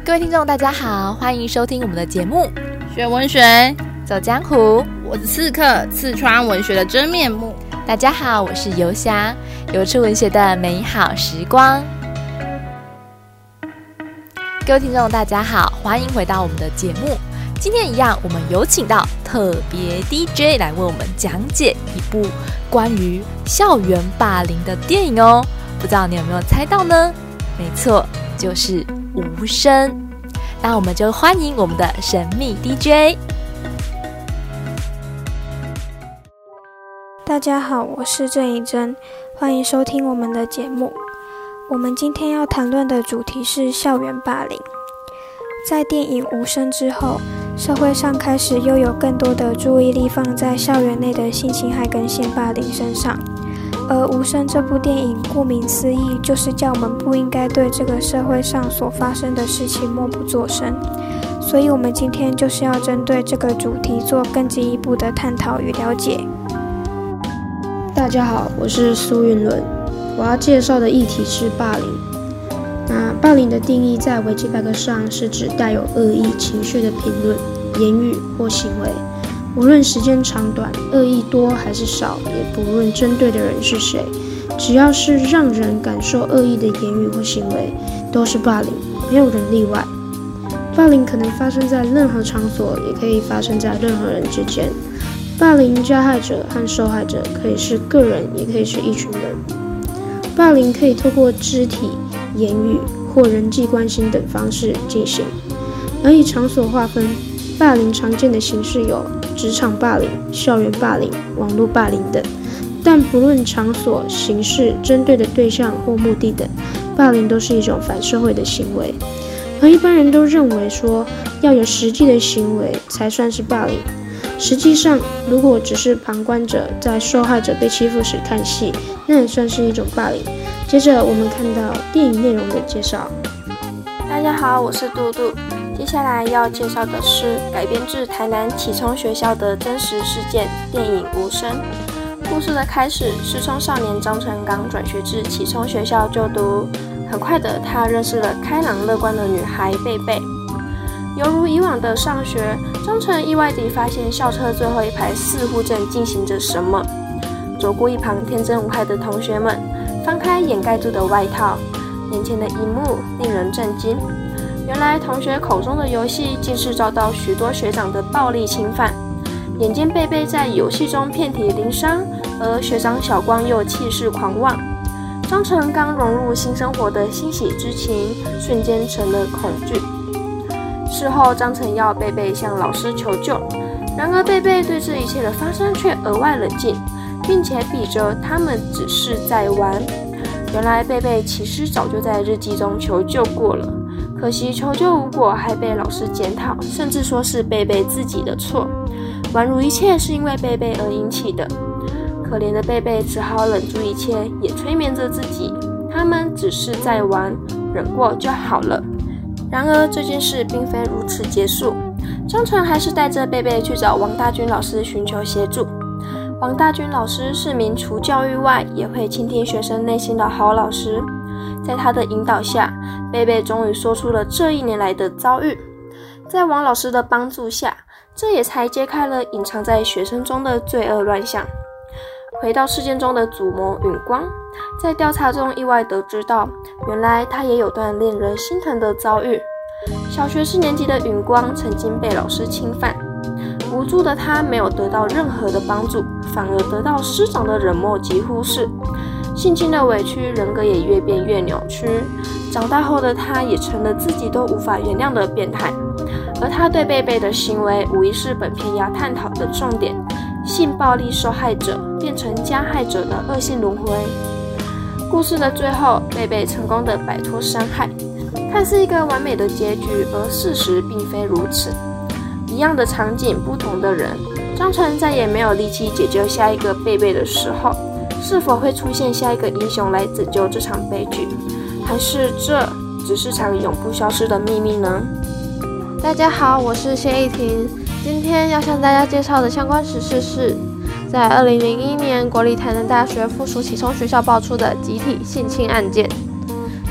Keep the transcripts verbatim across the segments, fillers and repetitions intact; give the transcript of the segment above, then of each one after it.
各位听众大家好，欢迎收听我们的节目学文学走江湖， 我是刺客，刺穿文学的真面目。 大家好，我是游侠，游出文学的美好时光。各位听众大家好，欢迎回到我们的节目。今天一样，我们有请到特别 D J 来为我们讲解一部关于校园霸凌的电影哦。不知道你有没有猜到呢？没错，就是无声。那我们就欢迎我们的神秘 D J。 大家好，我是郑怡珍，欢迎收听我们的节目。我们今天要谈论的主题是校园霸凌。在电影《无声》之后，社会上开始又有更多的注意力放在校园内的性侵害跟性霸凌身上。而《无声》这部电影顾名思义，就是叫我们不应该对这个社会上所发生的事情默不作声。所以我们今天就是要针对这个主题做更进一步的探讨与了解。 大家好，我是苏云伦，我要介绍的议题是霸凌。那霸凌的定义在维基百科上是指带有恶意情绪的评论、言语或行为，无论时间长短、恶意多还是少，也不论针对的人是谁，只要是让人感受恶意的言语或行为，都是霸凌，没有人例外。霸凌可能发生在任何场所，也可以发生在任何人之间。霸凌加害者和受害者可以是个人，也可以是一群人。霸凌可以透过肢体、言语或人际关系等方式进行，而以场所划分，霸凌常见的形式有职场霸凌、校园霸凌、网络霸凌等。但不论场所、形式、针对的对象或目的等，霸凌都是一种反社会的行为。而一般人都认为说，要有实际的行为才算是霸凌。实际上，如果只是旁观者在受害者被欺负时看戏，那也算是一种霸凌。接着我们看到电影内容的介绍。 大家好，我是杜杜。接下来要介绍的是改编自台南启聪学校的真实事件电影《无声》。故事的开始是从少年张成刚转学至启聪学校就读，很快的他认识了开朗乐观的女孩贝贝。犹如以往的上学，张成意外地发现校车最后一排似乎正进行着什么。走过一旁天真无害的同学们，翻开掩盖住的外套，眼前的一幕令人震惊。原来同学口中的游戏竟是遭到许多学长的暴力侵犯。眼见贝贝在游戏中遍体鳞伤，而学长小光又气势狂妄，张成刚融入新生活的欣喜之情瞬间成了恐惧。事后张成要贝贝向老师求救，然而贝贝对这一切的发生却额外冷静，并且比着他们只是在玩。原来贝贝其实早就在日记中求救过了，可惜求救无果，还被老师检讨，甚至说是贝贝自己的错，宛如一切是因为贝贝而引起的。可怜的贝贝只好忍住一切，也催眠着自己，他们只是在玩，忍过就好了。然而这件事并非如此结束，张成还是带着贝贝去找王大军老师寻求协助。王大军老师是名除教育外也会倾听学生内心的好老师，在他的引导下，贝贝终于说出了这一年来的遭遇。在王老师的帮助下，这也才揭开了隐藏在学生中的罪恶乱象。回到事件中的主谋允光，在调查中意外得知到，原来他也有段令人心疼的遭遇。小学四年级的允光曾经被老师侵犯，无助的他没有得到任何的帮助，反而得到师长的冷漠及忽视，性侵的委屈，人格也越变越扭曲。长大后的他也成了自己都无法原谅的变态，而他对贝贝的行为无疑是本片要探讨的重点。性暴力受害者变成加害者的恶性轮回。故事的最后，贝贝成功的摆脱伤害，看似一个完美的结局，而事实并非如此。一样的场景，不同的人，张成再也没有力气解救下一个贝贝的时候，是否会出现下一个英雄来拯救这场悲剧，还是这只是场永不消失的秘密呢？ 大家好，我是谢依婷。今天要向大家介绍的相关时事是，在二零零一年国立台南大学附属启聪学校爆出的集体性侵案件。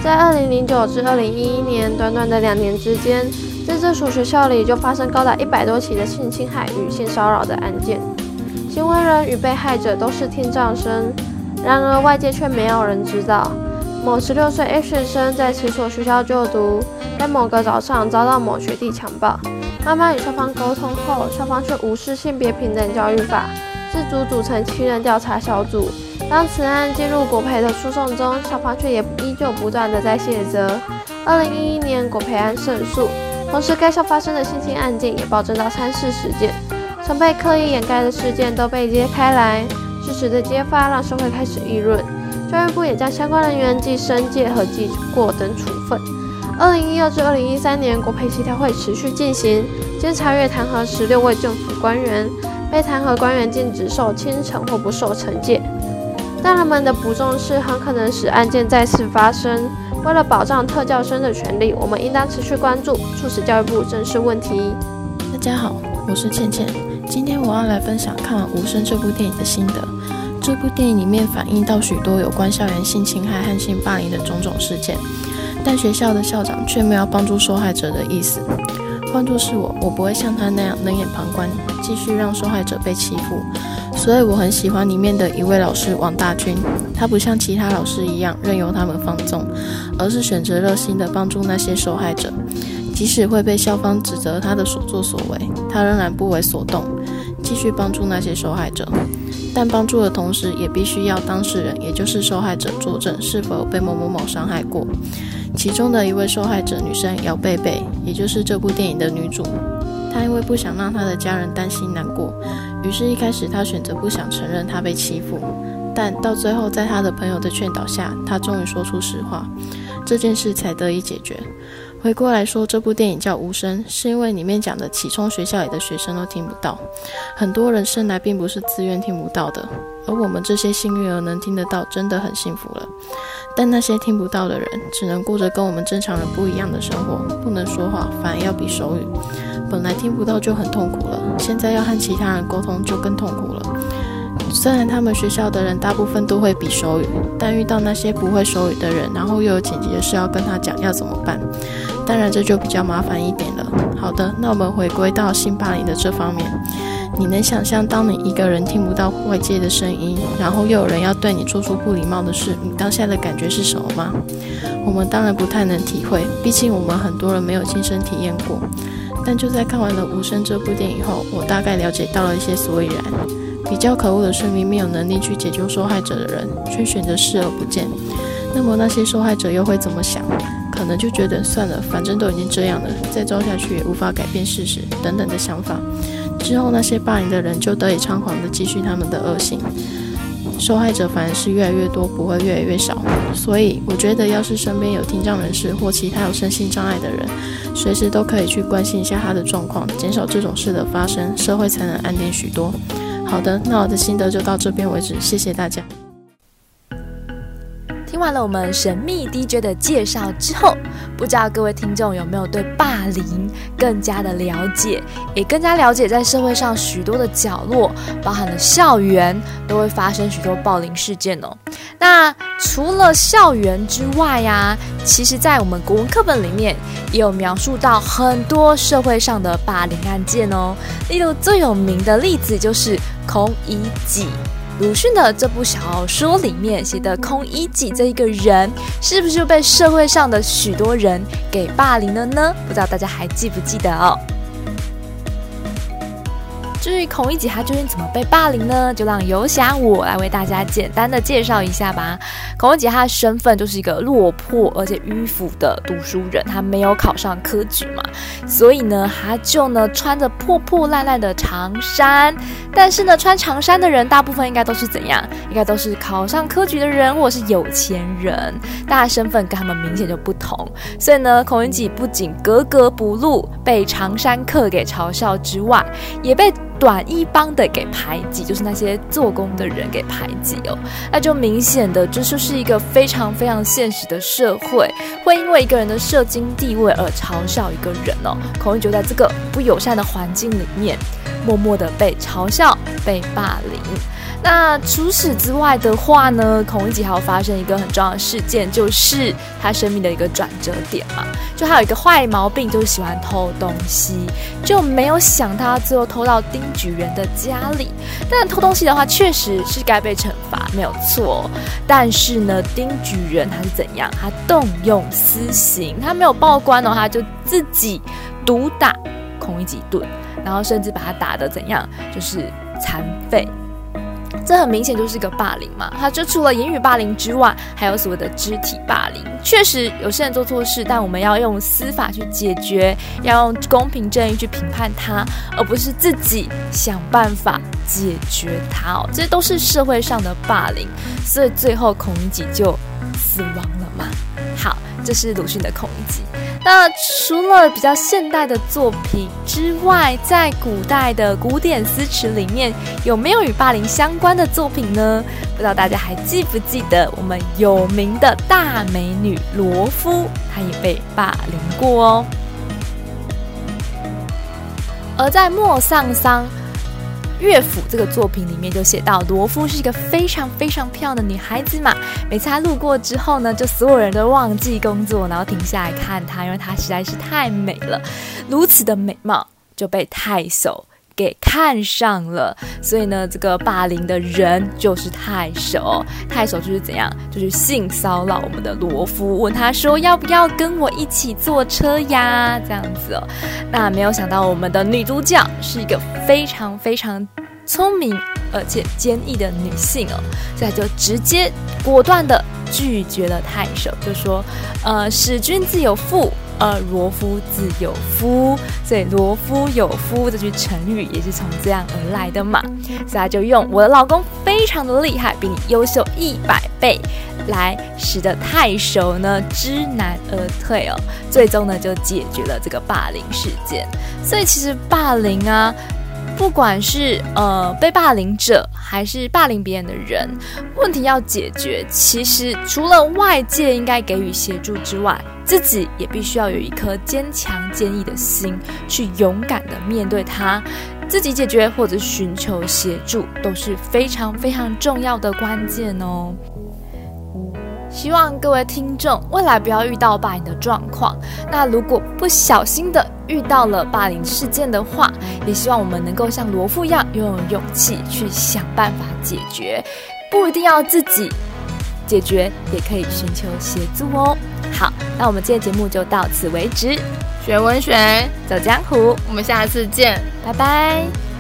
在二零零九至二零一一年短短的两年之间，在这所学校里就发生高达一百多起的性侵害与性骚扰的案件，行为人与被害者都是听障生。然而外界却没有人知道，某十六岁 A 学生在其所学校就读，在某个早上遭到某学弟强暴，妈妈与校方沟通后，校方却无视性别平等教育法，自主组成七人调查小组。当此案进入国赔的诉讼中，校方却也依旧不断的在卸责。二零一一年国赔案胜诉，同时该校发生的性侵案件也暴增到三四十件，曾被刻意掩盖的事件都被揭开来。事实的揭发让社会开始议论，教育部也将相关人员记申诫和记过等处分。二零一二至二零一三年国赔协调会持续进行，监察院弹劾十六位政府官员，被弹劾官员禁止受轻惩或不受惩戒。大人们的不重视很可能使案件再次发生。为了保障特教生的权利，我们应当持续关注，促使教育部正视问题。 大家好，我是倩倩，今天我要来分享看完《无声》这部电影的心得。这部电影里面反映到许多有关校园性侵害和性霸凌的种种事件，但学校的校长却没有帮助受害者的意思。换作是我，我不会像他那样冷眼旁观，继续让受害者被欺负。所以我很喜欢里面的一位老师王大军，他不像其他老师一样任由他们放纵，而是选择热心的帮助那些受害者。即使会被校方指责他的所作所为，他仍然不为所动，继续帮助那些受害者。但帮助的同时，也必须要当事人，也就是受害者作证是否被某某某伤害过。其中的一位受害者女生姚贝贝，也就是这部电影的女主，她因为不想让她的家人担心难过，于是一开始她选择不想承认她被欺负，但到最后在她的朋友的劝导下，她终于说出实话，这件事才得以解决。回过来说，这部电影叫《无声》，是因为里面讲的启聪学校里的学生都听不到，很多人生来并不是自愿听不到的，而我们这些幸运儿能听得到，真的很幸福了。但那些听不到的人，只能过着跟我们正常人不一样的生活，不能说话，反而要比手语。本来听不到就很痛苦了，现在要和其他人沟通就更痛苦了。虽然他们学校的人大部分都会比手语，但遇到那些不会手语的人，然后又有紧急的事要跟他讲，要怎么办？当然这就比较麻烦一点了。好的，那我们回归到性霸凌的这方面，你能想象当你一个人听不到外界的声音，然后又有人要对你做出不礼貌的事，你当下的感觉是什么吗？我们当然不太能体会，毕竟我们很多人没有亲身体验过。但就在看完了《无声》这部电影后，我大概了解到了一些所以然。比较可恶的是，明明有能力去解救受害者的人，却选择视而不见。那么那些受害者又会怎么想？可能就觉得算了，反正都已经这样了，再招下去也无法改变事实，等等的想法。之后那些霸凌的人就得以猖狂地继续他们的恶行，受害者反而是越来越多，不会越来越少。所以我觉得要是身边有听障人士或其他有身心障碍的人，随时都可以去关心一下他的状况，减少这种事的发生，社会才能安定许多。好的，那我的心得就到这边为止，谢谢大家。 听完了我们神秘 D J 的介绍之后，不知道各位听众有没有对霸凌更加的了解，也更加了解在社会上许多的角落，包含了校园，都会发生许多暴凌事件哦。那除了校园之外呀、啊，其实在我们国文课本里面也有描述到很多社会上的霸凌案件哦。例如最有名的例子就是孔乙己。鲁迅的这部小说里面写的孔乙己这一个人，是不是就被社会上的许多人给霸凌了呢？不知道大家还记不记得哦？至于孔乙己他究竟怎么被霸凌呢？就让游侠我来为大家简单的介绍一下吧。孔乙己他的身份就是一个落魄而且迂腐的读书人，他没有考上科举嘛，所以呢他就呢穿着破破烂烂的长衫，但是呢穿长衫的人大部分应该都是怎样？应该都是考上科举的人或者是有钱人，但他身份跟他们明显就不同，所以呢孔乙己不仅格格不入，被长衫客给嘲笑之外，也被短衣帮的给排挤，就是那些做工的人给排挤哦。那就明显的这就是一个非常非常现实的社会，会因为一个人的社经地位而嘲笑一个人哦。孔乙己就在这个不友善的环境里面，默默的被嘲笑、被霸凌。 那除此之外的话呢，孔乙己还有发生一个很重要的事件，就是他生命的一个转折点嘛。就他有一个坏毛病，就是喜欢偷东西，就没有想到他最后偷到丁举人的家里。但偷东西的话，确实是该被惩罚，没有错。但是呢，丁举人他是怎样？他动用私刑，他没有报官哦，他就自己毒打孔乙己一顿，然后甚至把他打得怎样，就是残废。这很明显就是个霸凌嘛，他就除了言语霸凌之外，还有所谓的肢体霸凌。确实有些人做错事，但我们要用司法去解决，要用公平正义去评判他，而不是自己想办法解决他哦。这都是社会上的霸凌，所以最后孔乙己就死亡了嘛。好，这是鲁迅的孔乙己。那除了比较现代的作品之外，在古代的古典诗词里面，有没有与霸凌相关的作品呢？不知道大家还记不记得我们有名的大美女罗敷，她也被霸凌过哦。而在莫丧桑乐府这个作品里面就写到，罗敷是一个非常非常漂亮的女孩子嘛，每次她路过之后呢，就所有人都忘记工作，然后停下来看她，因为她实在是太美了，如此的美貌就被太守给看上了，所以呢，这个霸凌的人就是太守。太守就是怎样，就是性骚扰我们的罗敷，问他说要不要跟我一起坐车呀，这样子哦。那没有想到我们的女主角是一个非常非常聪明而且坚毅的女性哦，所以她就直接果断的拒绝了太守，就说呃，使君自有妇，呃，罗敷自有夫，所以罗敷有夫这句成语也是从这样而来的嘛。所以他就用我的老公非常的厉害，比你优秀一百倍，来使得太守呢知难而退哦。最终呢就解决了这个霸凌事件。所以其实霸凌啊，不管是呃被霸凌者还是霸凌别人的人，问题要解决，其实除了外界应该给予协助之外，自己也必须要有一颗坚强坚毅的心，去勇敢的面对它，自己解决或者寻求协助都是非常非常重要的关键哦。希望各位听众未来不要遇到霸凌的状况，那如果不小心的遇到了霸凌事件的话，也希望我们能够像罗敷一样拥有勇气去想办法解决，不一定要自己解决，也可以寻求协助哦。好，那我们今天节目就到此为止， 学文学走江湖， 我们下次见， 拜拜。